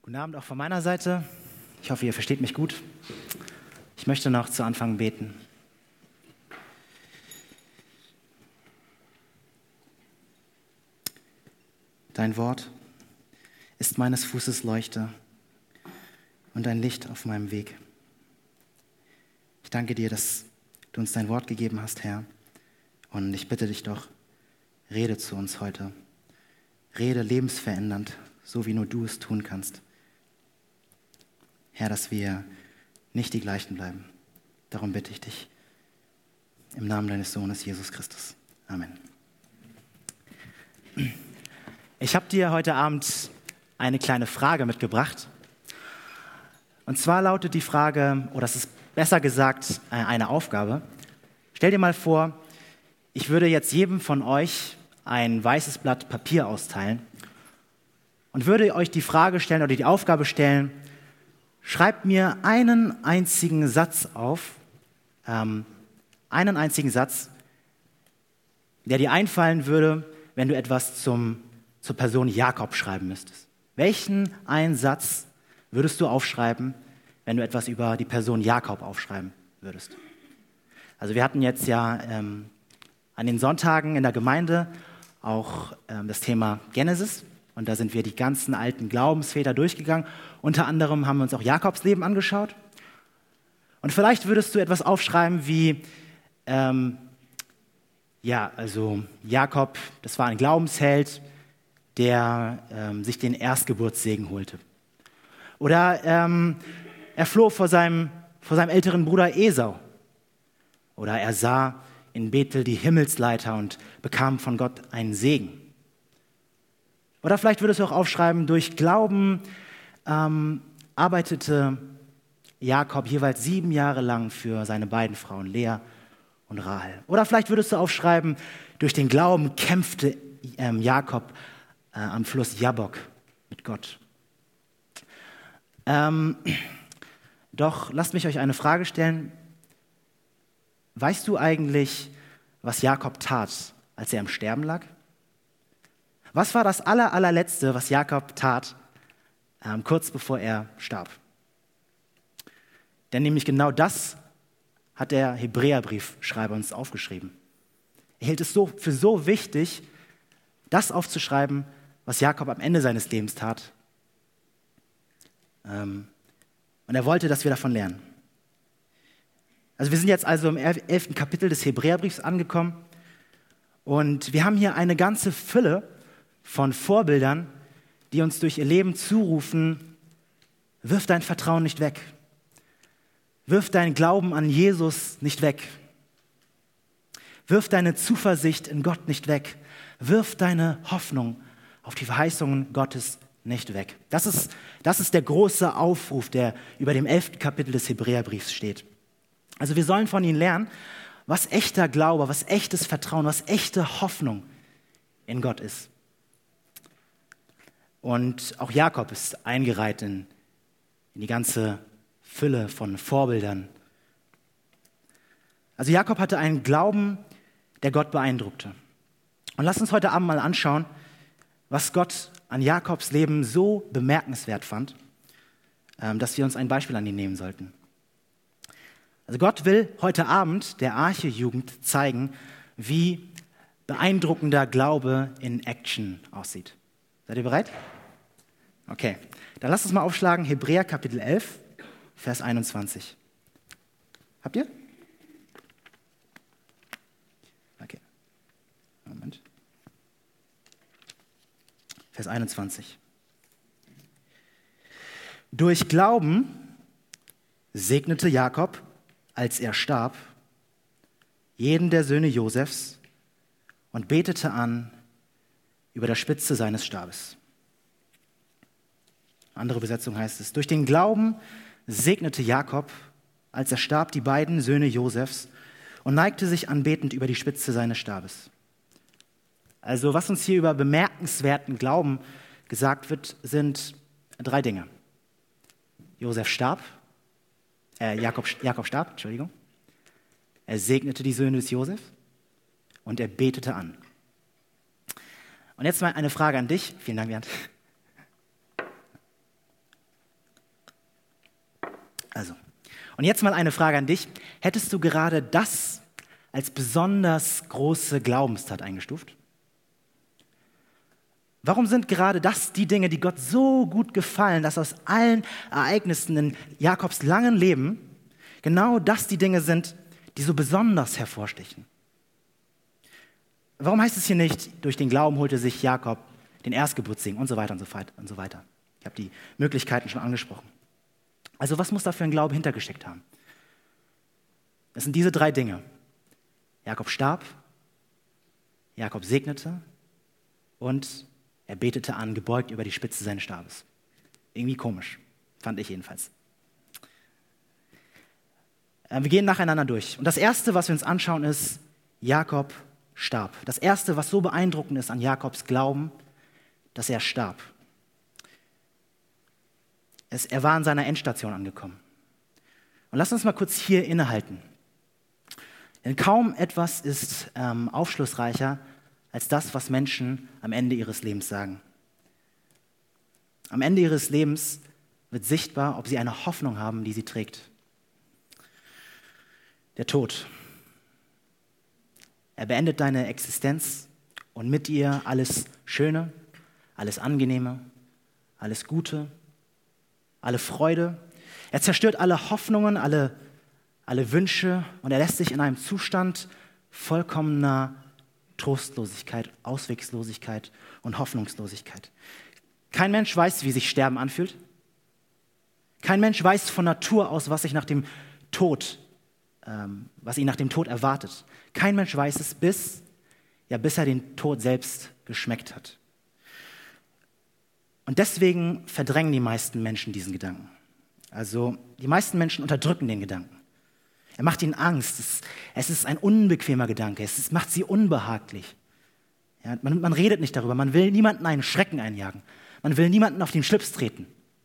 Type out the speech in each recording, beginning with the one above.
Guten Abend auch von meiner Seite. Ich hoffe, ihr versteht mich gut. Ich möchte noch zu Anfang beten. Dein Wort ist meines Fußes Leuchte und ein Licht auf meinem Weg. Ich danke dir, dass du uns dein Wort gegeben hast, Herr. Und ich bitte dich doch, rede zu uns heute. Rede lebensverändernd, so wie nur du es tun kannst. Herr, dass wir nicht die Gleichen bleiben. Darum bitte ich dich. Im Namen deines Sohnes, Jesus Christus. Amen. Ich habe dir heute Abend eine kleine Frage mitgebracht. Und zwar lautet die Frage, oder es ist besser gesagt eine Aufgabe. Stell dir mal vor, ich würde jetzt jedem von euch ein weißes Blatt Papier austeilen und würde euch die Frage stellen oder die Aufgabe stellen, schreibt mir einen einzigen Satz auf, einen einzigen Satz, der dir einfallen würde, wenn du etwas zur Person Jakob schreiben müsstest. Welchen einen Satz würdest du aufschreiben, wenn du etwas über die Person Jakob aufschreiben würdest? Also wir hatten jetzt ja an den Sonntagen in der Gemeinde auch das Thema Genesis. Und da sind wir die ganzen alten Glaubensväter durchgegangen. Unter anderem haben wir uns auch Jakobs Leben angeschaut. Und vielleicht würdest du etwas aufschreiben wie, Jakob, das war ein Glaubensheld, der sich den Erstgeburtssegen holte. Oder er floh vor seinem älteren Bruder Esau. Oder er sah in Bethel die Himmelsleiter und bekam von Gott einen Segen. Oder vielleicht würdest du auch aufschreiben, durch Glauben arbeitete Jakob jeweils 7 Jahre lang für seine beiden Frauen Lea und Rahel. Oder vielleicht würdest du aufschreiben, durch den Glauben kämpfte Jakob am Fluss Jabbok mit Gott. Doch lasst mich euch eine Frage stellen. Weißt du eigentlich, was Jakob tat, als er im Sterben lag? Was war das allerletzte, was Jakob tat, kurz bevor er starb? Denn nämlich genau das hat der Hebräerbriefschreiber uns aufgeschrieben. Er hielt es für so wichtig, das aufzuschreiben, was Jakob am Ende seines Lebens tat. Und er wollte, dass wir davon lernen. Also wir sind jetzt also im 11. Kapitel des Hebräerbriefs angekommen und wir haben hier eine ganze Fülle von Vorbildern, die uns durch ihr Leben zurufen, wirf dein Vertrauen nicht weg. Wirf deinen Glauben an Jesus nicht weg. Wirf deine Zuversicht in Gott nicht weg. Wirf deine Hoffnung auf die Verheißungen Gottes nicht weg. Das ist der große Aufruf, der über dem 11. Kapitel des Hebräerbriefs steht. Also wir sollen von ihnen lernen, was echter Glaube, was echtes Vertrauen, was echte Hoffnung in Gott ist. Und auch Jakob ist eingereiht in die ganze Fülle von Vorbildern. Also Jakob hatte einen Glauben, der Gott beeindruckte. Und lasst uns heute Abend mal anschauen, was Gott an Jakobs Leben so bemerkenswert fand, dass wir uns ein Beispiel an ihn nehmen sollten. Also Gott will heute Abend der Arche-Jugend zeigen, wie beeindruckender Glaube in Action aussieht. Seid ihr bereit? Okay, dann lasst uns mal aufschlagen, Hebräer Kapitel 11, Vers 21. Habt ihr? Okay, Moment. Vers 21. Durch Glauben segnete Jakob, als er starb, jeden der Söhne Josefs und betete an über der Spitze seines Stabes. Andere Übersetzung heißt es, durch den Glauben segnete Jakob, als er starb, die beiden Söhne Josefs und neigte sich anbetend über die Spitze seines Stabes. Also was uns hier über bemerkenswerten Glauben gesagt wird, sind 3 Dinge. Jakob starb, Entschuldigung. Er segnete die Söhne des Josef und er betete an. Und jetzt mal eine Frage an dich. Vielen Dank, Bernd. Also, und jetzt mal eine Frage an dich. Hättest du gerade das als besonders große Glaubenstat eingestuft? Warum sind gerade das die Dinge, die Gott so gut gefallen, dass aus allen Ereignissen in Jakobs langen Leben genau das die Dinge sind, die so besonders hervorstechen? Warum heißt es hier nicht, durch den Glauben holte sich Jakob den Erstgeburtssegen und so weiter und so weiter? Ich habe die Möglichkeiten schon angesprochen. Also was muss da für ein Glaube hintergesteckt haben? Es sind diese 3 Dinge. Jakob starb, Jakob segnete und er betete an, gebeugt über die Spitze seines Stabes. Irgendwie komisch, fand ich jedenfalls. Wir gehen nacheinander durch. Und das Erste, was wir uns anschauen, ist, Jakob starb. Das Erste, was so beeindruckend ist an Jakobs Glauben, dass er starb. Er war an seiner Endstation angekommen. Und lass uns mal kurz hier innehalten. Denn kaum etwas ist aufschlussreicher als das, was Menschen am Ende ihres Lebens sagen. Am Ende ihres Lebens wird sichtbar, ob sie eine Hoffnung haben, die sie trägt. Der Tod. Er beendet deine Existenz und mit ihr alles Schöne, alles Angenehme, alles Gute, alle Freude. Er zerstört alle Hoffnungen, alle Wünsche und er lässt sich in einem Zustand vollkommener Trostlosigkeit, Auswegslosigkeit und Hoffnungslosigkeit. Kein Mensch weiß, wie sich Sterben anfühlt. Kein Mensch weiß von Natur aus, was ihn nach dem Tod erwartet. Kein Mensch weiß es, bis er den Tod selbst geschmeckt hat. Und deswegen verdrängen die meisten Menschen diesen Gedanken. Also die meisten Menschen unterdrücken den Gedanken. Er macht ihnen Angst. Es ist ein unbequemer Gedanke. Es macht sie unbehaglich. Ja, man redet nicht darüber. Man will niemanden einen Schrecken einjagen. Man will niemanden auf den Schlips treten.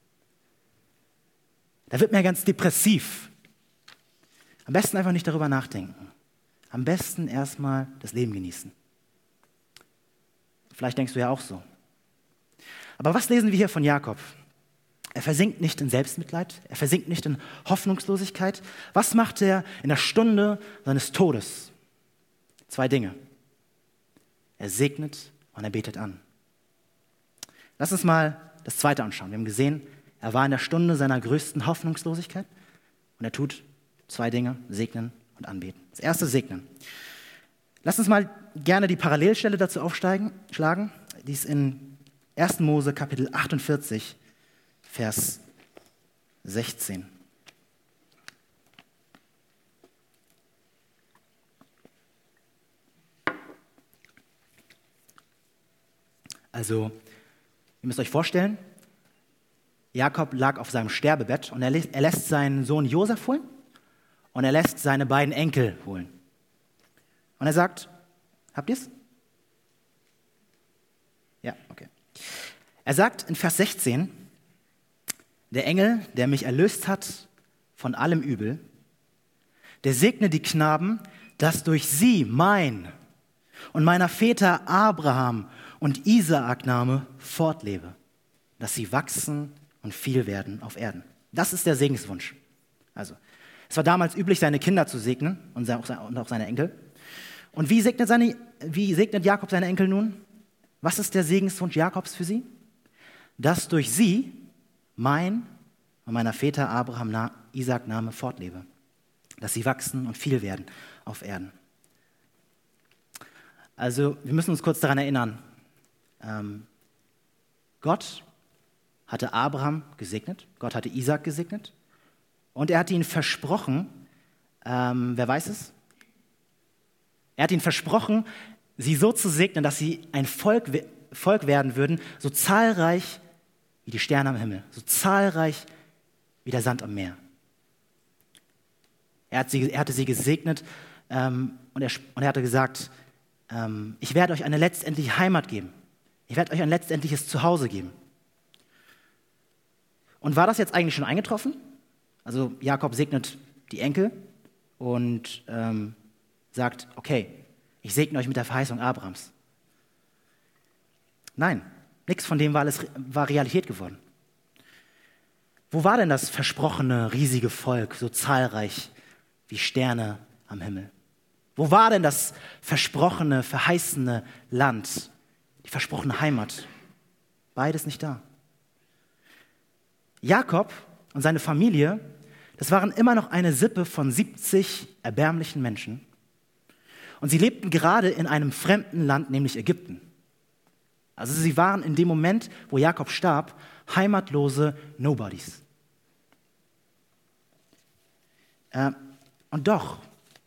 Da wird man ja ganz depressiv. Am besten einfach nicht darüber nachdenken. Am besten erstmal das Leben genießen. Vielleicht denkst du ja auch so. Aber was lesen wir hier von Jakob? Er versinkt nicht in Selbstmitleid, er versinkt nicht in Hoffnungslosigkeit. Was macht er in der Stunde seines Todes? 2 Dinge. Er segnet und er betet an. Lass uns mal das Zweite anschauen. Wir haben gesehen, er war in der Stunde seiner größten Hoffnungslosigkeit und er tut 2 Dinge, segnen und anbeten. Das erste, segnen. Lass uns mal gerne die Parallelstelle dazu aufschlagen. Die ist in 1. Mose Kapitel 48, Vers 16. Also, ihr müsst euch vorstellen, Jakob lag auf seinem Sterbebett und er lässt seinen Sohn Josef holen und er lässt seine beiden Enkel holen. Und er sagt, habt ihr's? Ja, okay. Er sagt in Vers 16, der Engel, der mich erlöst hat von allem Übel, der segne die Knaben, dass durch sie mein und meiner Väter Abraham und Isaak Name fortlebe, dass sie wachsen und viel werden auf Erden. Das ist der Segenswunsch. Also, es war damals üblich, seine Kinder zu segnen und auch seine Enkel. Und wie segnet Jakob seine Enkel nun? Was ist der Segenswunsch Jakobs für sie? Dass durch sie mein und meiner Väter Abraham Isaak Name fortlebe, dass sie wachsen und viel werden auf Erden. Also wir müssen uns kurz daran erinnern, Gott hatte Abraham gesegnet, Gott hatte Isaak gesegnet und er hatte ihnen versprochen, wer weiß es? Er hat ihnen versprochen, sie so zu segnen, dass sie ein Volk werden würden, so zahlreich wie die Sterne am Himmel, so zahlreich wie der Sand am Meer. Er hatte sie gesegnet und er hatte gesagt, ich werde euch eine letztendliche Heimat geben. Ich werde euch ein letztendliches Zuhause geben. Und war das jetzt eigentlich schon eingetroffen? Also Jakob segnet die Enkel und sagt, okay, ich segne euch mit der Verheißung Abrahams. Nein, nichts von dem war Realität geworden. Wo war denn das versprochene riesige Volk, so zahlreich wie Sterne am Himmel? Wo war denn das versprochene, verheißene Land, die versprochene Heimat? Beides nicht da. Jakob und seine Familie, das waren immer noch eine Sippe von 70 erbärmlichen Menschen. Und sie lebten gerade in einem fremden Land, nämlich Ägypten. Also sie waren in dem Moment, wo Jakob starb, heimatlose Nobodies. Und doch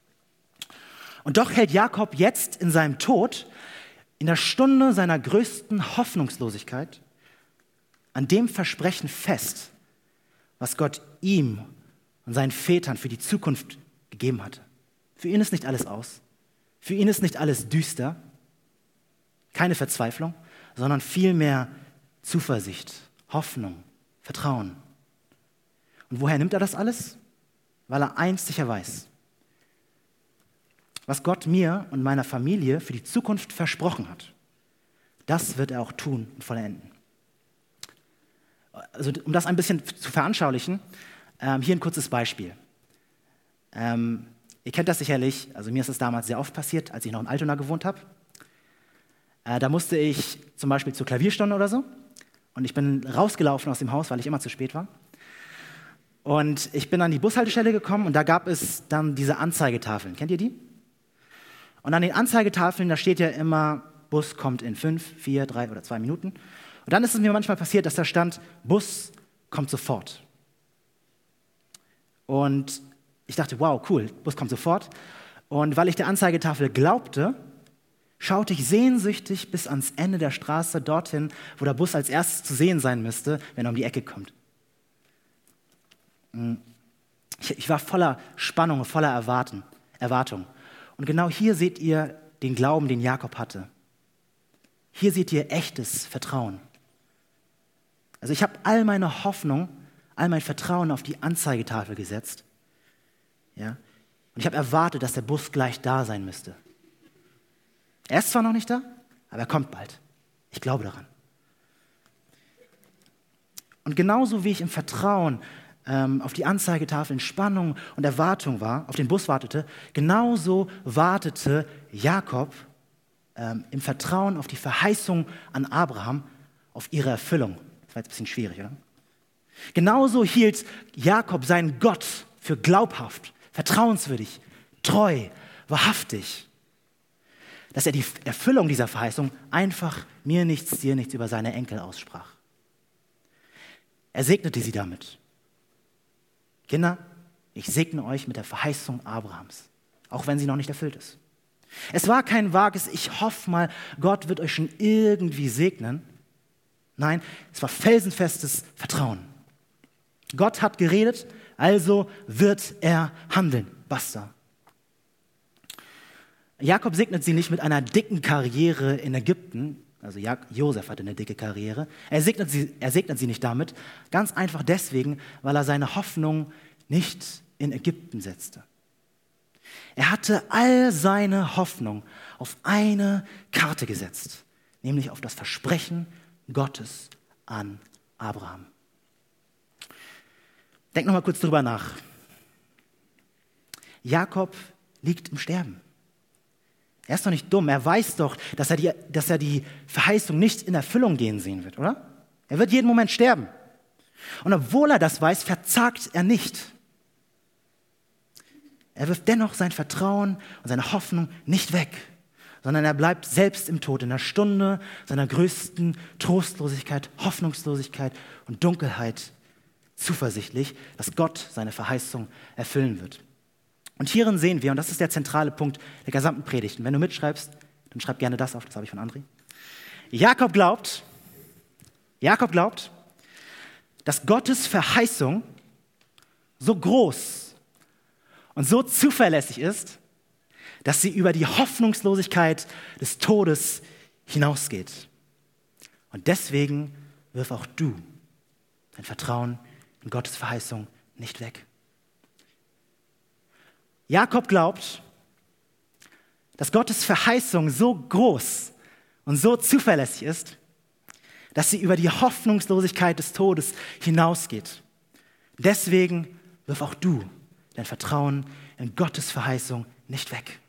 hält Jakob jetzt in seinem Tod, in der Stunde seiner größten Hoffnungslosigkeit, an dem Versprechen fest, was Gott ihm und seinen Vätern für die Zukunft gegeben hatte. Für ihn ist nicht alles aus. Für ihn ist nicht alles düster. Keine Verzweiflung, sondern vielmehr Zuversicht, Hoffnung, Vertrauen. Und woher nimmt er das alles? Weil er eins sicher weiß: Was Gott mir und meiner Familie für die Zukunft versprochen hat, das wird er auch tun und vollenden. Also, um das ein bisschen zu veranschaulichen, hier ein kurzes Beispiel. Ihr kennt das sicherlich, also mir ist das damals sehr oft passiert, als ich noch in Altona gewohnt habe. Da musste ich zum Beispiel zur Klavierstunde oder so und ich bin rausgelaufen aus dem Haus, weil ich immer zu spät war. Und ich bin an die Bushaltestelle gekommen und da gab es dann diese Anzeigetafeln. Kennt ihr die? Und an den Anzeigetafeln, da steht ja immer, Bus kommt in 5, 4, 3 oder 2 Minuten. Und dann ist es mir manchmal passiert, dass da stand, Bus kommt sofort. Und ich dachte, wow, cool, Bus kommt sofort. Und weil ich der Anzeigetafel glaubte, schaute ich sehnsüchtig bis ans Ende der Straße dorthin, wo der Bus als erstes zu sehen sein müsste, wenn er um die Ecke kommt. Ich war voller Spannung, voller Erwartung. Und genau hier seht ihr den Glauben, den Jakob hatte. Hier seht ihr echtes Vertrauen. Also ich habe all meine Hoffnung, all mein Vertrauen auf die Anzeigetafel gesetzt. Ja? Und ich habe erwartet, dass der Bus gleich da sein müsste. Er ist zwar noch nicht da, aber er kommt bald. Ich glaube daran. Und genauso wie ich im Vertrauen auf die Anzeigetafel in Spannung und Erwartung war, auf den Bus wartete, genauso wartete Jakob im Vertrauen auf die Verheißung an Abraham, auf ihre Erfüllung. Das war jetzt ein bisschen schwierig, oder? Genauso hielt Jakob seinen Gott für glaubhaft, vertrauenswürdig, treu, wahrhaftig, dass er die Erfüllung dieser Verheißung einfach mir nichts, dir nichts über seine Enkel aussprach. Er segnete sie damit. Kinder, ich segne euch mit der Verheißung Abrahams, auch wenn sie noch nicht erfüllt ist. Es war kein vages, ich hoffe mal, Gott wird euch schon irgendwie segnen. Nein, es war felsenfestes Vertrauen. Gott hat geredet, also wird er handeln. Basta. Jakob segnet sie nicht mit einer dicken Karriere in Ägypten, also Josef hatte eine dicke Karriere. Er segnet sie nicht damit, ganz einfach deswegen, weil er seine Hoffnung nicht in Ägypten setzte. Er hatte all seine Hoffnung auf eine Karte gesetzt, nämlich auf das Versprechen Gottes an Abraham. Denk noch mal kurz drüber nach. Jakob liegt im Sterben. Er ist doch nicht dumm. Er weiß doch, dass er die Verheißung nicht in Erfüllung gehen sehen wird, oder? Er wird jeden Moment sterben. Und obwohl er das weiß, verzagt er nicht. Er wirft dennoch sein Vertrauen und seine Hoffnung nicht weg, sondern er bleibt selbst im Tod, in der Stunde seiner größten Trostlosigkeit, Hoffnungslosigkeit und Dunkelheit zuversichtlich, dass Gott seine Verheißung erfüllen wird. Und hierin sehen wir, und das ist der zentrale Punkt der gesamten Predigt, und wenn du mitschreibst, dann schreib gerne das auf, das habe ich von André. Jakob glaubt, dass Gottes Verheißung so groß und so zuverlässig ist, dass sie über die Hoffnungslosigkeit des Todes hinausgeht. Und deswegen wirf auch du dein Vertrauen in Gottes Verheißung nicht weg. Jakob glaubt, dass Gottes Verheißung so groß und so zuverlässig ist, dass sie über die Hoffnungslosigkeit des Todes hinausgeht. Deswegen wirf auch du dein Vertrauen in Gottes Verheißung nicht weg.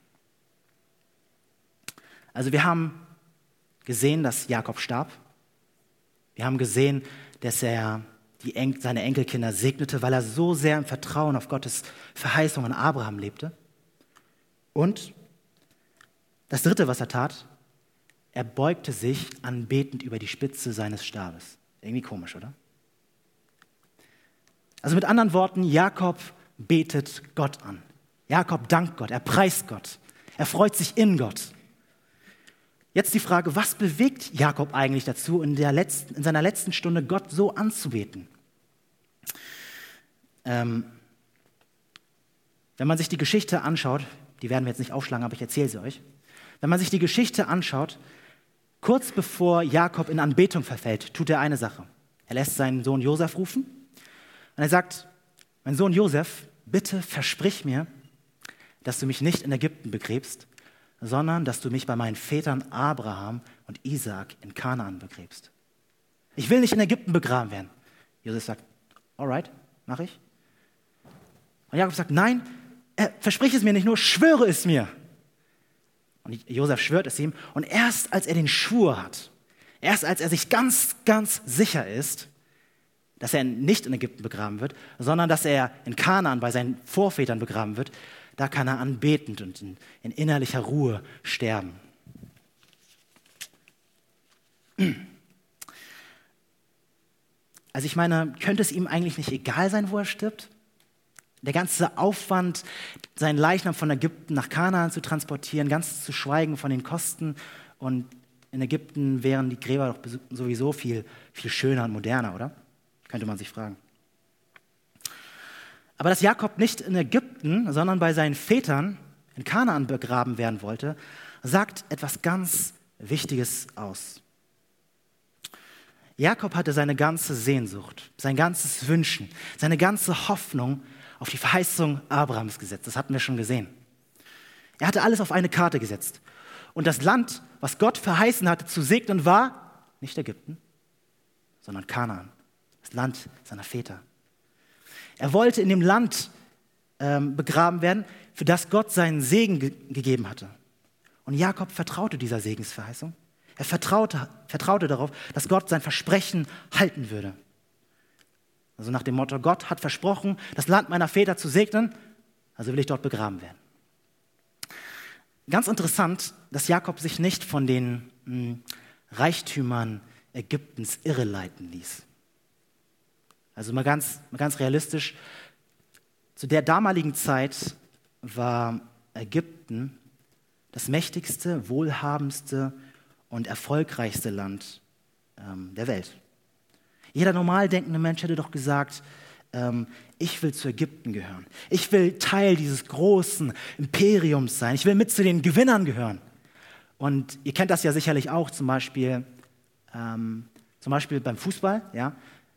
Also wir haben gesehen, dass Jakob starb. Wir haben gesehen, dass er seine Enkelkinder segnete, weil er so sehr im Vertrauen auf Gottes Verheißung an Abraham lebte. Und das Dritte, was er tat, er beugte sich anbetend über die Spitze seines Stabes. Irgendwie komisch, oder? Also mit anderen Worten, Jakob betet Gott an. Jakob dankt Gott, er preist Gott, er freut sich in Gott. Jetzt die Frage, was bewegt Jakob eigentlich dazu, in seiner letzten Stunde Gott so anzubeten? Wenn man sich die Geschichte anschaut, die werden wir jetzt nicht aufschlagen, aber ich erzähle sie euch. Wenn man sich die Geschichte anschaut, kurz bevor Jakob in Anbetung verfällt, tut er eine Sache. Er lässt seinen Sohn Josef rufen und er sagt, mein Sohn Josef, bitte versprich mir, dass du mich nicht in Ägypten begräbst, sondern dass du mich bei meinen Vätern Abraham und Isaak in Kanaan begräbst. Ich will nicht in Ägypten begraben werden. Josef sagt, alright, mach ich. Und Jakob sagt, nein, versprich es mir nicht nur, schwöre es mir. Und Josef schwört es ihm. Und erst als er den Schwur hat, erst als er sich ganz, ganz sicher ist, dass er nicht in Ägypten begraben wird, sondern dass er in Kanaan bei seinen Vorvätern begraben wird, da kann er anbetend und in innerlicher Ruhe sterben. Also ich meine, könnte es ihm eigentlich nicht egal sein, wo er stirbt? Der ganze Aufwand, seinen Leichnam von Ägypten nach Kanaan zu transportieren, ganz zu schweigen von den Kosten. Und in Ägypten wären die Gräber doch sowieso viel, viel schöner und moderner, oder? Könnte man sich fragen. Aber dass Jakob nicht in Ägypten, sondern bei seinen Vätern in Kanaan begraben werden wollte, sagt etwas ganz Wichtiges aus. Jakob hatte seine ganze Sehnsucht, sein ganzes Wünschen, seine ganze Hoffnung auf die Verheißung Abrahams gesetzt. Das hatten wir schon gesehen. Er hatte alles auf eine Karte gesetzt. Und das Land, was Gott verheißen hatte zu segnen, war nicht Ägypten, sondern Kanaan, das Land seiner Väter. Er wollte in dem Land begraben werden, für das Gott seinen Segen gegeben hatte. Und Jakob vertraute dieser Segensverheißung. Er vertraute darauf, dass Gott sein Versprechen halten würde. Also nach dem Motto, Gott hat versprochen, das Land meiner Väter zu segnen, also will ich dort begraben werden. Ganz interessant, dass Jakob sich nicht von den Reichtümern Ägyptens irreleiten ließ. Also mal ganz realistisch, zu der damaligen Zeit war Ägypten das mächtigste, wohlhabendste und erfolgreichste Land der Welt. Jeder normal denkende Mensch hätte doch gesagt, ich will zu Ägypten gehören. Ich will Teil dieses großen Imperiums sein. Ich will mit zu den Gewinnern gehören. Und ihr kennt das ja sicherlich auch, zum Beispiel beim Fußball. Ja?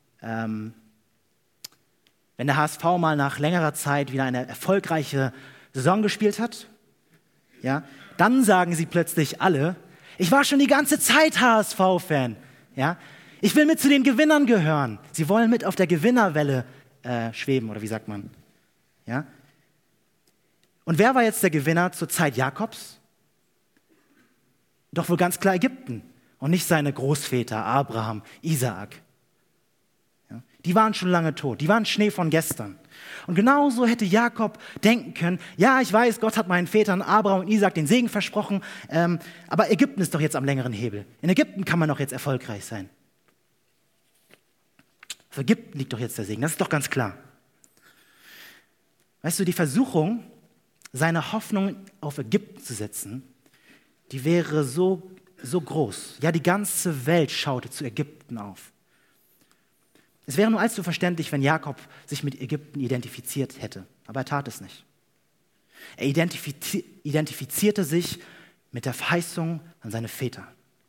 Wenn der HSV mal nach längerer Zeit wieder eine erfolgreiche Saison gespielt hat, ja, dann sagen sie plötzlich alle, ich war schon die ganze Zeit HSV-Fan. Ja? Ich will mit zu den Gewinnern gehören. Sie wollen mit auf der Gewinnerwelle schweben, oder wie sagt man? Ja? Und wer war jetzt der Gewinner zur Zeit Jakobs? Doch wohl ganz klar Ägypten und nicht seine Großväter Abraham, Isaak. Ja? Die waren schon lange tot, die waren Schnee von gestern. Und genauso hätte Jakob denken können, ja, ich weiß, Gott hat meinen Vätern Abraham und Isaak den Segen versprochen, aber Ägypten ist doch jetzt am längeren Hebel. In Ägypten kann man doch jetzt erfolgreich sein. Auf Ägypten liegt doch jetzt der Segen, das ist doch ganz klar. Weißt du, die Versuchung, seine Hoffnung auf Ägypten zu setzen, die wäre so groß. Ja, die ganze Welt schaute zu Ägypten auf. Es wäre nur allzu verständlich, wenn Jakob sich mit Ägypten identifiziert hätte, aber er tat es nicht. Er identifizierte sich mit der Verheißung an seine Väter.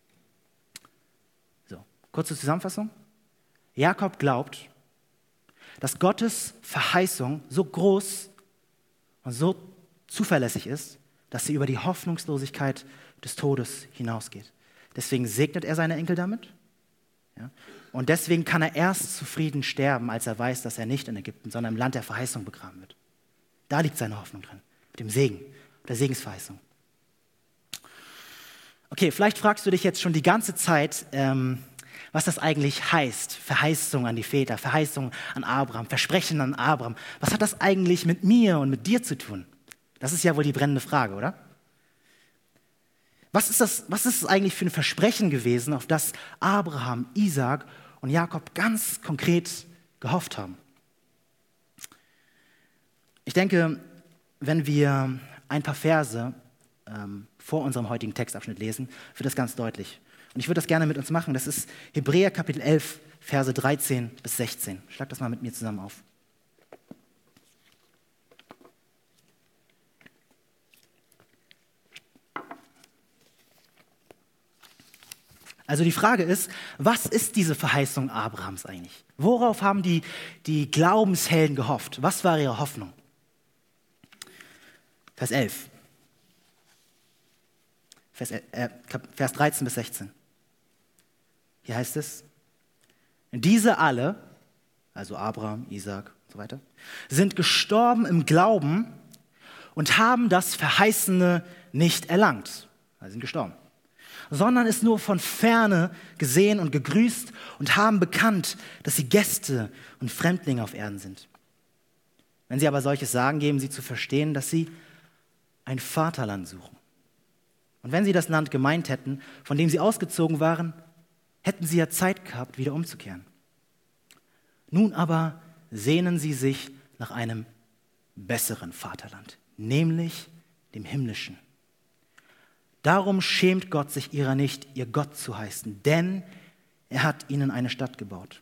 So, kurze Zusammenfassung. Jakob glaubt, dass Gottes Verheißung so groß und so zuverlässig ist, dass sie über die Hoffnungslosigkeit des Todes hinausgeht. Deswegen segnet er seine Enkel damit Ja? Und deswegen kann er erst zufrieden sterben, als er weiß, dass er nicht in Ägypten, sondern im Land der Verheißung begraben wird. Da liegt seine Hoffnung drin, mit dem Segen, der Segensverheißung. Okay, vielleicht fragst du dich jetzt schon die ganze Zeit, was das eigentlich heißt. Verheißung an die Väter, Verheißung an Abraham, Versprechen an Abraham. Was hat das eigentlich mit mir und mit dir zu tun? Das ist ja wohl die brennende Frage, oder? Was ist es eigentlich für ein Versprechen gewesen, auf das Abraham, Isaak und Jakob ganz konkret gehofft haben? Ich denke, wenn wir ein paar Verse vor unserem heutigen Textabschnitt lesen, wird das ganz deutlich. Und ich würde das gerne mit uns machen. Das ist Hebräer Kapitel 11, Verse 13 bis 16. Schlag das mal mit mir zusammen auf. Also die Frage ist, was ist diese Verheißung Abrahams eigentlich? Worauf haben die Glaubenshelden gehofft? Was war ihre Hoffnung? Vers 11. Vers 13 bis 16. Hier heißt es, diese alle, also Abraham, Isaak und so weiter, sind gestorben im Glauben und haben das Verheißene nicht erlangt. Also sind gestorben. Sondern es nur von Ferne gesehen und gegrüßt und haben bekannt, dass sie Gäste und Fremdlinge auf Erden sind. Wenn sie aber solches sagen, geben sie zu verstehen, dass sie ein Vaterland suchen. Und wenn sie das Land gemeint hätten, von dem sie ausgezogen waren, hätten sie ja Zeit gehabt, wieder umzukehren. Nun aber sehnen sie sich nach einem besseren Vaterland, nämlich dem himmlischen. Darum schämt Gott sich ihrer nicht, ihr Gott zu heißen, denn er hat ihnen eine Stadt gebaut.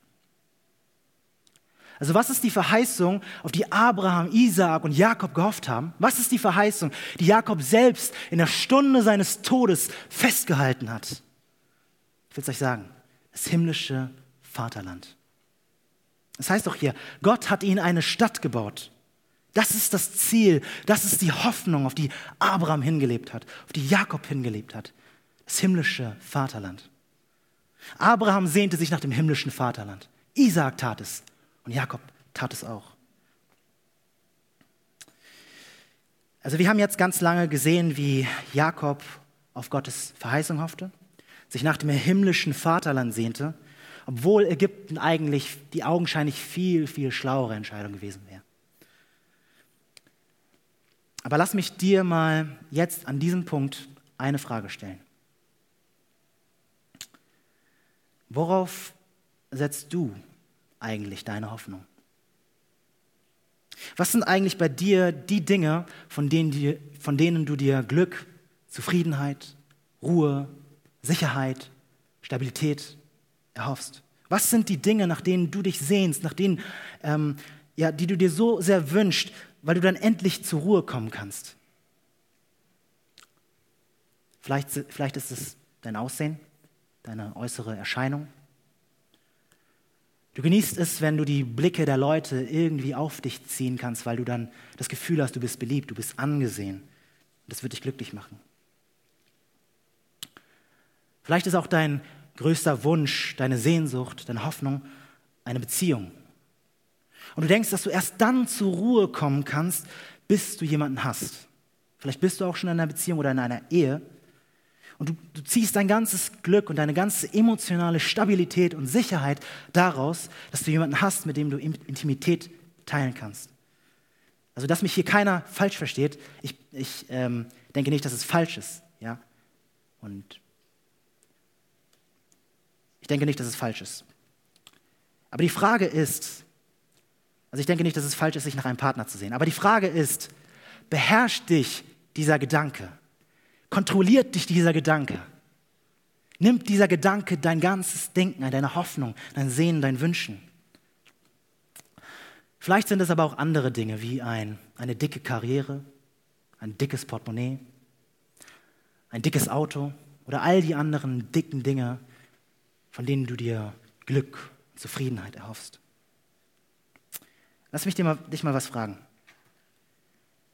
Also was ist die Verheißung, auf die Abraham, Isaak und Jakob gehofft haben? Was ist die Verheißung, die Jakob selbst in der Stunde seines Todes festgehalten hat? Ich will es euch sagen, das himmlische Vaterland. Das heißt doch hier, Gott hat ihnen eine Stadt gebaut. Das ist das Ziel, das ist die Hoffnung, auf die Abraham hingelebt hat, auf die Jakob hingelebt hat. Das himmlische Vaterland. Abraham sehnte sich nach dem himmlischen Vaterland. Isaak tat es. Und Jakob tat es auch. Also wir haben jetzt ganz lange gesehen, wie Jakob auf Gottes Verheißung hoffte, sich nach dem himmlischen Vaterland sehnte, obwohl Ägypten eigentlich die augenscheinlich viel, viel schlauere Entscheidung gewesen wäre. Aber lass mich dir mal jetzt an diesem Punkt eine Frage stellen. Worauf setzt du eigentlich deine Hoffnung? Was sind eigentlich bei dir die Dinge, von denen du dir Glück, Zufriedenheit, Ruhe, Sicherheit, Stabilität erhoffst? Was sind die Dinge, nach denen du dich sehnst, nach denen, die du dir so sehr wünschst, weil du dann endlich zur Ruhe kommen kannst? Vielleicht ist es dein Aussehen, deine äußere Erscheinung. Du genießt es, wenn du die Blicke der Leute irgendwie auf dich ziehen kannst, weil du dann das Gefühl hast, du bist beliebt, du bist angesehen. Das wird dich glücklich machen. Vielleicht ist auch dein größter Wunsch, deine Sehnsucht, deine Hoffnung eine Beziehung. Und du denkst, dass du erst dann zur Ruhe kommen kannst, bis du jemanden hast. Vielleicht bist du auch schon in einer Beziehung oder in einer Ehe. Und du ziehst dein ganzes Glück und deine ganze emotionale Stabilität und Sicherheit daraus, dass du jemanden hast, mit dem du Intimität teilen kannst. Also, dass mich hier keiner falsch versteht. Ich denke nicht, dass es falsch ist. Ja? Und ich denke nicht, dass es falsch ist. Aber die Frage ist, also ich denke nicht, dass es falsch ist, sich nach einem Partner zu sehen. Aber die Frage ist, beherrscht dich dieser Gedanke? Kontrolliert dich dieser Gedanke? Nimmt dieser Gedanke dein ganzes Denken, deine Hoffnung, dein Sehnen, dein Wünschen? Vielleicht sind es aber auch andere Dinge, wie eine dicke Karriere, ein dickes Portemonnaie, ein dickes Auto oder all die anderen dicken Dinge, von denen du dir Glück und Zufriedenheit erhoffst. Lass mich dich mal was fragen.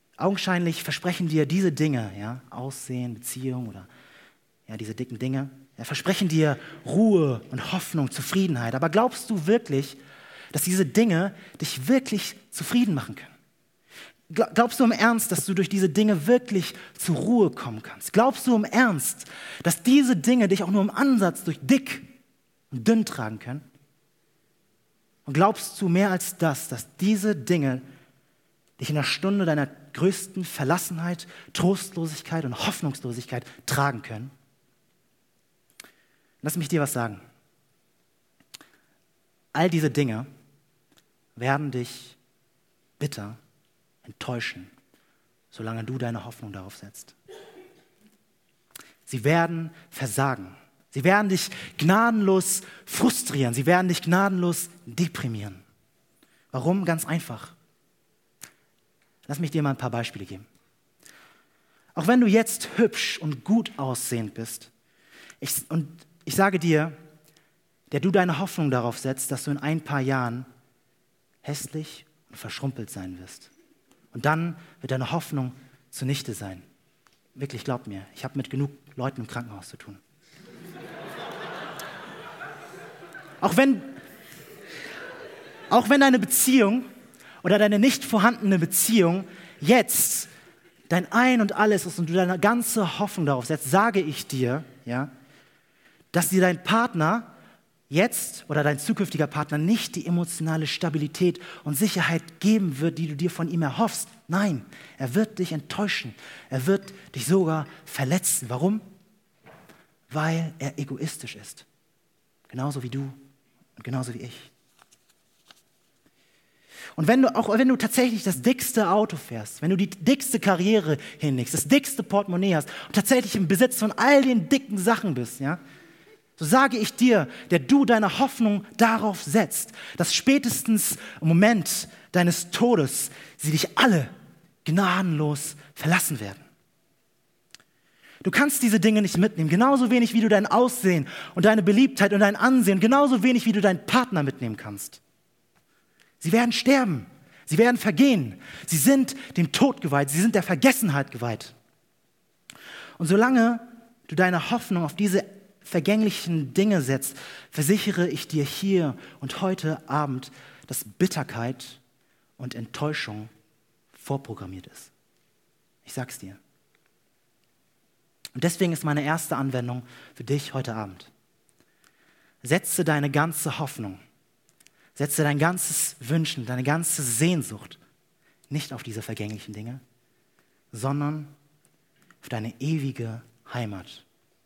Augenscheinlich versprechen dir diese Dinge, ja, Aussehen, Beziehung oder ja, diese dicken Dinge, versprechen dir Ruhe und Hoffnung, Zufriedenheit. Aber glaubst du wirklich, dass diese Dinge dich wirklich zufrieden machen können? Glaubst du im Ernst, dass du durch diese Dinge wirklich zur Ruhe kommen kannst? Glaubst du im Ernst, dass diese Dinge dich auch nur im Ansatz durch dick und dünn tragen können? Und glaubst du mehr als das, dass diese Dinge dich in der Stunde deiner größten Verlassenheit, Trostlosigkeit und Hoffnungslosigkeit tragen können? Lass mich dir was sagen. All diese Dinge werden dich bitter enttäuschen, solange du deine Hoffnung darauf setzt. Sie werden versagen. Sie werden dich gnadenlos frustrieren. Sie werden dich gnadenlos deprimieren. Warum? Ganz einfach. Lass mich dir mal ein paar Beispiele geben. Auch wenn du jetzt hübsch und gut aussehend bist, ich sage dir, der du deine Hoffnung darauf setzt, dass du in ein paar Jahren hässlich und verschrumpelt sein wirst. Und dann wird deine Hoffnung zunichte sein. Wirklich, glaub mir, ich habe mit genug Leuten im Krankenhaus zu tun. Auch wenn deine Beziehung oder deine nicht vorhandene Beziehung jetzt dein Ein und Alles ist und du deine ganze Hoffnung darauf setzt, sage ich dir, ja, dass dir dein Partner jetzt oder dein zukünftiger Partner nicht die emotionale Stabilität und Sicherheit geben wird, die du dir von ihm erhoffst. Nein, er wird dich enttäuschen. Er wird dich sogar verletzen. Warum? Weil er egoistisch ist. Genauso wie du und genauso wie ich. Und wenn du tatsächlich das dickste Auto fährst, wenn du die dickste Karriere hinlegst, das dickste Portemonnaie hast und tatsächlich im Besitz von all den dicken Sachen bist, ja, so sage ich dir, der du deine Hoffnung darauf setzt, dass spätestens im Moment deines Todes sie dich alle gnadenlos verlassen werden. Du kannst diese Dinge nicht mitnehmen, genauso wenig wie du dein Aussehen und deine Beliebtheit und dein Ansehen, genauso wenig wie du deinen Partner mitnehmen kannst. Sie werden sterben, sie werden vergehen, sie sind dem Tod geweiht, sie sind der Vergessenheit geweiht. Und solange du deine Hoffnung auf diese vergänglichen Dinge setzt, versichere ich dir hier und heute Abend, dass Bitterkeit und Enttäuschung vorprogrammiert ist. Ich sag's dir. Und deswegen ist meine erste Anwendung für dich heute Abend. Setze deine ganze Hoffnung, setze dein ganzes Wünschen, deine ganze Sehnsucht nicht auf diese vergänglichen Dinge, sondern auf deine ewige Heimat.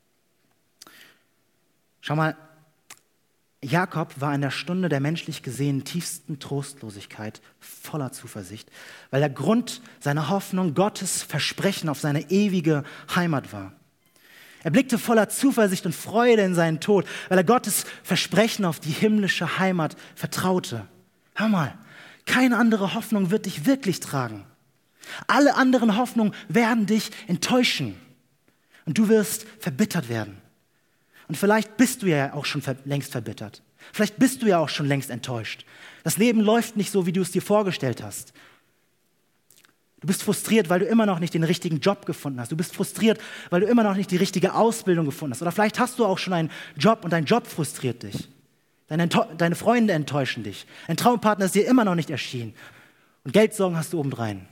Schau mal, Jakob war in der Stunde der menschlich gesehen tiefsten Trostlosigkeit voller Zuversicht, weil der Grund seiner Hoffnung Gottes Versprechen auf seine ewige Heimat war. Er blickte voller Zuversicht und Freude in seinen Tod, weil er Gottes Versprechen auf die himmlische Heimat vertraute. Hör mal, keine andere Hoffnung wird dich wirklich tragen. Alle anderen Hoffnungen werden dich enttäuschen und du wirst verbittert werden. Und vielleicht bist du ja auch schon längst verbittert. Vielleicht bist du ja auch schon längst enttäuscht. Das Leben läuft nicht so, wie du es dir vorgestellt hast. Du bist frustriert, weil du immer noch nicht den richtigen Job gefunden hast. Du bist frustriert, weil du immer noch nicht die richtige Ausbildung gefunden hast. Oder vielleicht hast du auch schon einen Job und dein Job frustriert dich. Deine Freunde enttäuschen dich. Ein Traumpartner ist dir immer noch nicht erschienen. Und Geldsorgen hast du obendrein.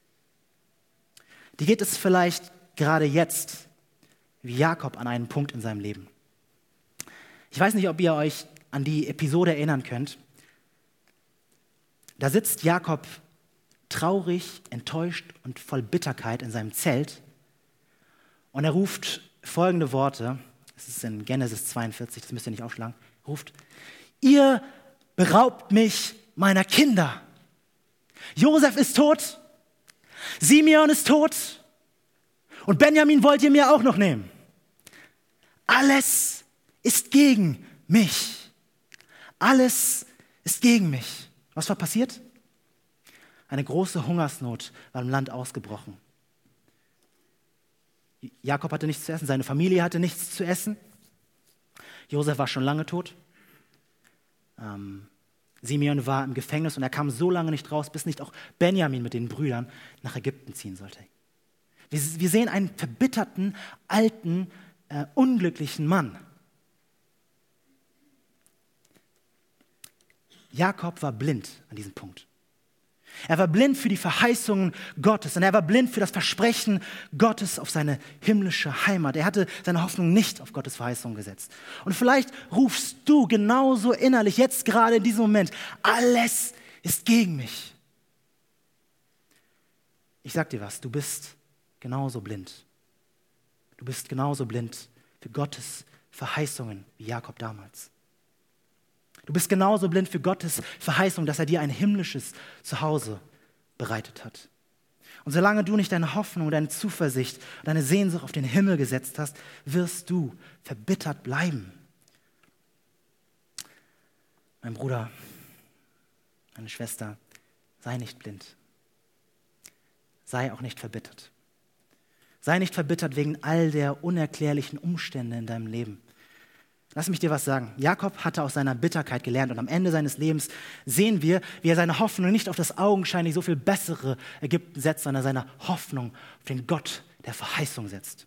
Dir geht es vielleicht gerade jetzt wie Jakob an einen Punkt in seinem Leben. Ich weiß nicht, ob ihr euch an die Episode erinnern könnt. Da sitzt Jakob traurig, enttäuscht und voll Bitterkeit in seinem Zelt und er ruft folgende Worte, das ist in Genesis 42, das müsst ihr nicht aufschlagen, ruft: Ihr beraubt mich meiner Kinder. Josef ist tot, Simeon ist tot und Benjamin wollt ihr mir auch noch nehmen. Alles ist gegen mich. Alles ist gegen mich. Was war passiert? Eine große Hungersnot war im Land ausgebrochen. Jakob hatte nichts zu essen, seine Familie hatte nichts zu essen. Josef war schon lange tot. Simeon war im Gefängnis und er kam so lange nicht raus, bis nicht auch Benjamin mit den Brüdern nach Ägypten ziehen sollte. Wir sehen einen verbitterten, alten, unglücklichen Mann. Jakob war blind an diesem Punkt. Er war blind für die Verheißungen Gottes und er war blind für das Versprechen Gottes auf seine himmlische Heimat. Er hatte seine Hoffnung nicht auf Gottes Verheißungen gesetzt. Und vielleicht rufst du genauso innerlich jetzt gerade in diesem Moment, alles ist gegen mich. Ich sag dir was, du bist genauso blind. Du bist genauso blind für Gottes Verheißungen wie Jakob damals. Du bist genauso blind für Gottes Verheißung, dass er dir ein himmlisches Zuhause bereitet hat. Und solange du nicht deine Hoffnung, deine Zuversicht, deine Sehnsucht auf den Himmel gesetzt hast, wirst du verbittert bleiben. Mein Bruder, meine Schwester, sei nicht blind. Sei auch nicht verbittert. Sei nicht verbittert wegen all der unerklärlichen Umstände in deinem Leben. Lass mich dir was sagen. Jakob hatte aus seiner Bitterkeit gelernt und am Ende seines Lebens sehen wir, wie er seine Hoffnung nicht auf das augenscheinlich so viel bessere Ägypten setzt, sondern seine Hoffnung auf den Gott der Verheißung setzt.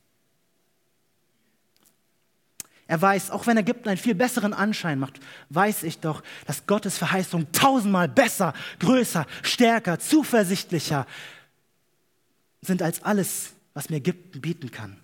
Er weiß, auch wenn Ägypten einen viel besseren Anschein macht, weiß ich doch, dass Gottes Verheißung 1000-mal besser, größer, stärker, zuversichtlicher sind als alles, was mir Ägypten bieten kann.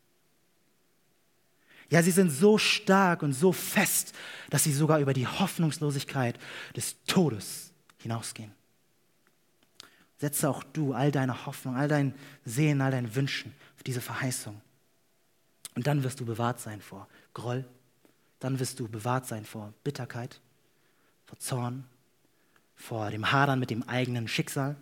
Ja, sie sind so stark und so fest, dass sie sogar über die Hoffnungslosigkeit des Todes hinausgehen. Setze auch du all deine Hoffnung, all dein Sehen, all deine Wünschen auf diese Verheißung. Und dann wirst du bewahrt sein vor Groll, dann wirst du bewahrt sein vor Bitterkeit, vor Zorn, vor dem Hadern mit dem eigenen Schicksal.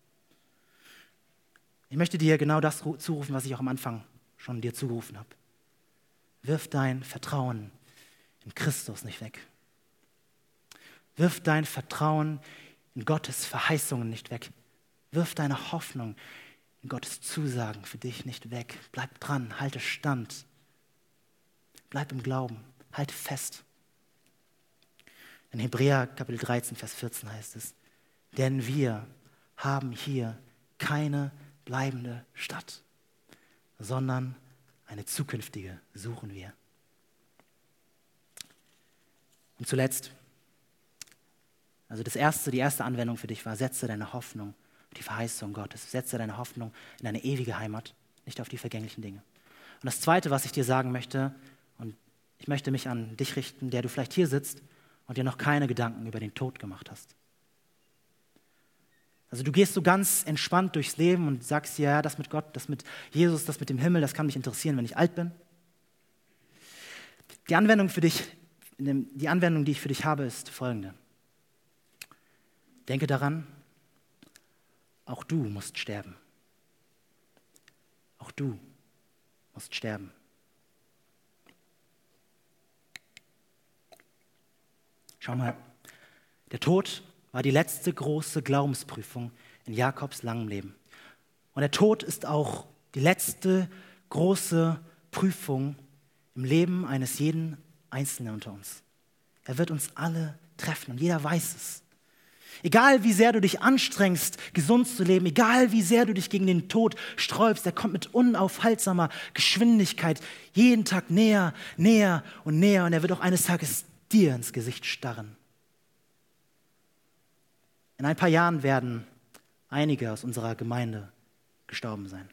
Ich möchte dir genau das zurufen, was ich auch am Anfang schon dir zugerufen habe. Wirf dein Vertrauen in Christus nicht weg. Wirf dein Vertrauen in Gottes Verheißungen nicht weg. Wirf deine Hoffnung in Gottes Zusagen für dich nicht weg. Bleib dran, halte stand. Bleib im Glauben, halte fest. In Hebräer Kapitel 13, Vers 14 heißt es, denn wir haben hier keine bleibende Stadt, sondern eine zukünftige suchen wir. Und zuletzt, also die erste Anwendung für dich war, setze deine Hoffnung auf die Verheißung Gottes. Setze deine Hoffnung in eine ewige Heimat, nicht auf die vergänglichen Dinge. Und das Zweite, was ich dir sagen möchte, und ich möchte mich an dich richten, der du vielleicht hier sitzt und dir noch keine Gedanken über den Tod gemacht hast. Also du gehst so ganz entspannt durchs Leben und sagst dir, ja, das mit Gott, das mit Jesus, das mit dem Himmel, das kann mich interessieren, wenn ich alt bin. Die Anwendung, die ich für dich habe, ist folgende. Denke daran, auch du musst sterben. Auch du musst sterben. Schau mal, der Tod war die letzte große Glaubensprüfung in Jakobs langem Leben. Und der Tod ist auch die letzte große Prüfung im Leben eines jeden Einzelnen unter uns. Er wird uns alle treffen und jeder weiß es. Egal wie sehr du dich anstrengst, gesund zu leben, egal wie sehr du dich gegen den Tod sträubst, er kommt mit unaufhaltsamer Geschwindigkeit jeden Tag näher, näher und näher und er wird auch eines Tages dir ins Gesicht starren. In ein paar Jahren werden einige aus unserer Gemeinde gestorben sein.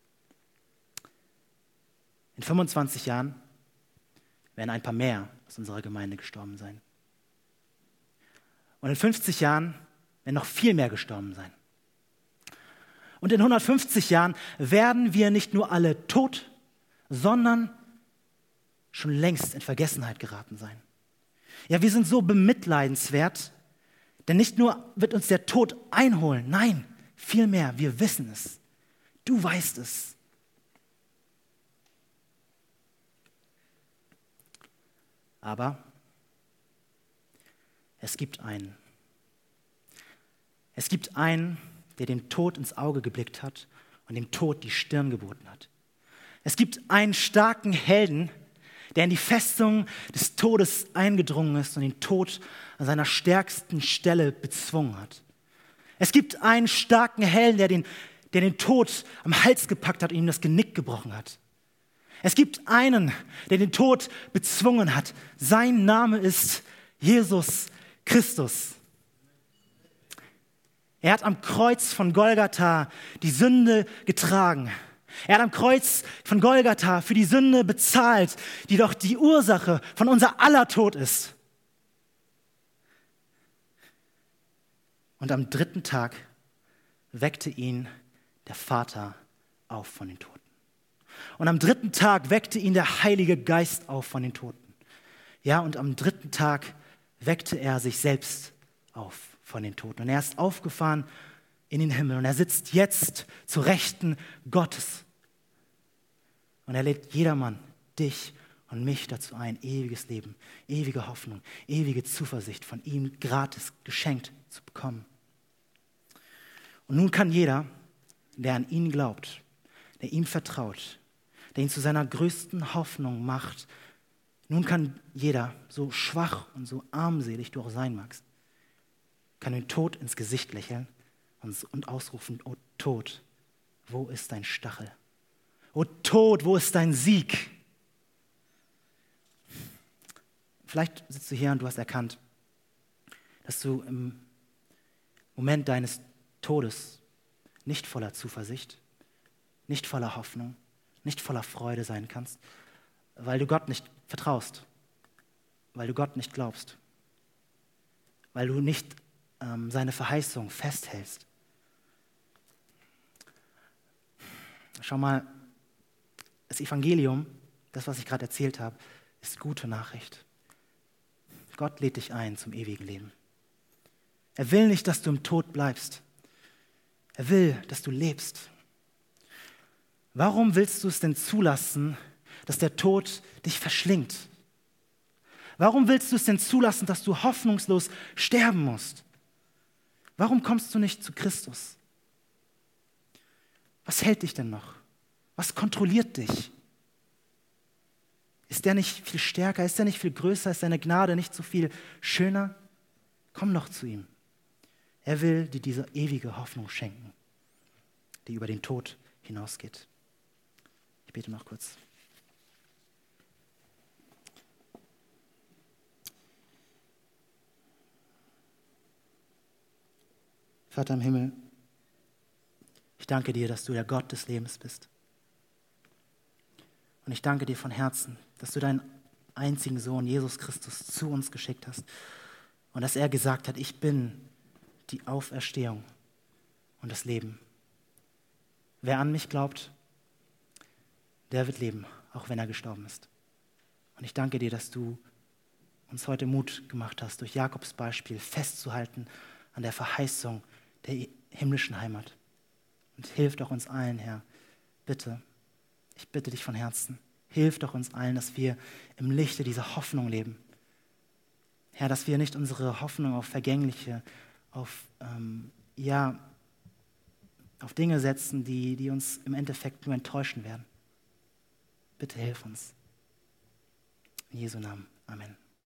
In 25 Jahren werden ein paar mehr aus unserer Gemeinde gestorben sein. Und in 50 Jahren werden noch viel mehr gestorben sein. Und in 150 Jahren werden wir nicht nur alle tot, sondern schon längst in Vergessenheit geraten sein. Ja, wir sind so bemitleidenswert, denn nicht nur wird uns der Tod einholen, nein, vielmehr, wir wissen es. Du weißt es. Aber es gibt einen. Es gibt einen, der dem Tod ins Auge geblickt hat und dem Tod die Stirn geboten hat. Es gibt einen starken Helden, der in die Festung des Todes eingedrungen ist und den Tod an seiner stärksten Stelle bezwungen hat. Es gibt einen starken Helden, der den Tod am Hals gepackt hat und ihm das Genick gebrochen hat. Es gibt einen, der den Tod bezwungen hat. Sein Name ist Jesus Christus. Er hat am Kreuz von Golgatha die Sünde getragen. Er hat am Kreuz von Golgatha für die Sünde bezahlt, die doch die Ursache von unser aller Tod ist. Und am 3. Tag weckte ihn der Vater auf von den Toten. Und am 3. Tag weckte ihn der Heilige Geist auf von den Toten. Ja, und am 3. Tag weckte er sich selbst auf von den Toten. Und er ist aufgefahren in den Himmel und er sitzt jetzt zur Rechten Gottes. Und er lädt jedermann, dich und mich dazu ein, ewiges Leben, ewige Hoffnung, ewige Zuversicht von ihm gratis geschenkt zu bekommen. Und nun kann jeder, der an ihn glaubt, der ihm vertraut, der ihn zu seiner größten Hoffnung macht, nun kann jeder, so schwach und so armselig du auch sein magst, kann den Tod ins Gesicht lächeln und ausrufen, o Tod, wo ist dein Stachel? O Tod, wo ist dein Sieg? Vielleicht sitzt du hier und du hast erkannt, dass du im Moment deines Todes nicht voller Zuversicht, nicht voller Hoffnung, nicht voller Freude sein kannst, weil du Gott nicht vertraust, weil du Gott nicht glaubst, weil du nicht seine Verheißung festhältst. Schau mal, das Evangelium, das, was ich gerade erzählt habe, ist gute Nachricht. Gott lädt dich ein zum ewigen Leben. Er will nicht, dass du im Tod bleibst. Er will, dass du lebst. Warum willst du es denn zulassen, dass der Tod dich verschlingt? Warum willst du es denn zulassen, dass du hoffnungslos sterben musst? Warum kommst du nicht zu Christus? Was hält dich denn noch? Was kontrolliert dich? Ist der nicht viel stärker? Ist der nicht viel größer? Ist seine Gnade nicht so viel schöner? Komm doch zu ihm. Er will dir diese ewige Hoffnung schenken, die über den Tod hinausgeht. Ich bete noch kurz. Vater im Himmel, ich danke dir, dass du der Gott des Lebens bist. Und ich danke dir von Herzen, dass du deinen einzigen Sohn, Jesus Christus, zu uns geschickt hast. Und dass er gesagt hat, ich bin die Auferstehung und das Leben. Wer an mich glaubt, der wird leben, auch wenn er gestorben ist. Und ich danke dir, dass du uns heute Mut gemacht hast, durch Jakobs Beispiel festzuhalten an der Verheißung der himmlischen Heimat. Und hilf doch uns allen, Herr, bitte, ich bitte dich von Herzen, hilf doch uns allen, dass wir im Lichte dieser Hoffnung leben. Herr, dass wir nicht unsere Hoffnung auf Vergängliche, auf Dinge setzen, die uns im Endeffekt nur enttäuschen werden. Bitte hilf uns. In Jesu Namen. Amen.